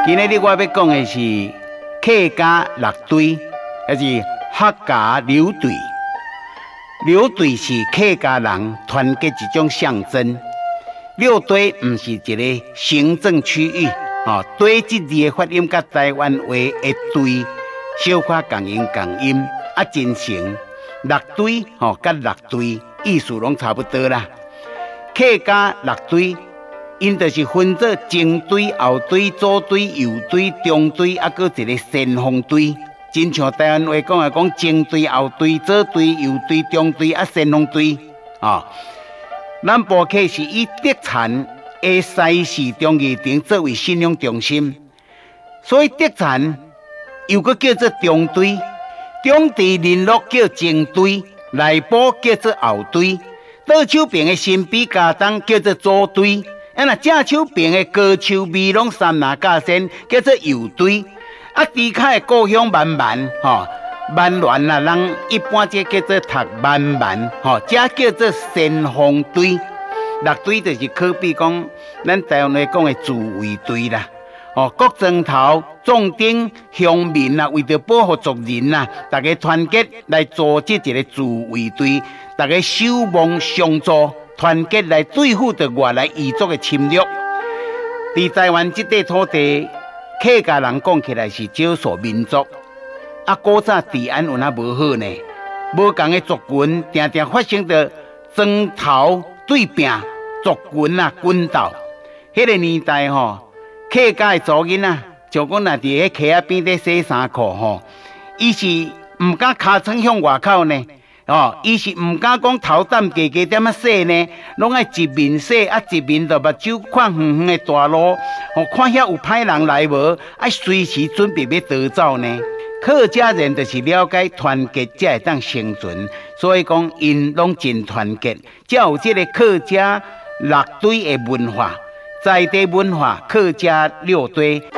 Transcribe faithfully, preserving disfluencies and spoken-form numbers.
今日我要讲的是客家六队，还是客家流队。流队是客家人团结一种象征。六队唔是一个行政区域，哦，队这字的发音甲台湾话的队小可共音共音，啊，真成六队，哦，甲六队意思拢差不多啦。客家六队，因就是分做前队、后队、左队、右队、中队，啊，搁一个先锋队。真像台湾话讲啊，讲前队、后队、左队、右队、中队，啊，先锋队，啊、哦。咱埔客是以德产的西市中义亭作为信仰中心，所以德产又搁叫做中队，中地林落叫前队，内埔叫做后队，倒手边的新比家当叫做左队，啊那正手边的高手美拢三拿架线叫做右队，啊低卡的故乡万万吼。万峦啊，人一般这叫做读万万，吼，这叫做先锋队。六队就是可比讲，咱台湾来讲的自卫队啦。哦，各庄头、壮丁、乡民啊，为着保护族人啊，大家团结来组织一个自卫队，大家守望相助，团结来对付着外来异族的侵略。在台湾这块土地，客家人讲起来是少数民族。啊，古早治安有哪无好呢？无共的族群，常常发生着庄头对拼、族群啊军斗。迄、那个年代吼，客家的族囡啊，就讲若伫迄溪仔边咧洗衫裤吼，伊是毋敢尻川向外口呢，哦，伊是毋敢讲头胆加加点啊洗呢，拢爱一面洗，啊一面着目睭看远远的大路，哦，看遐有歹人来无，爱随时准备要逃走呢。客家人就是了解团结才会当生存，所以讲因拢真团结，才有这个客家六队的文化，在地文化客家六队。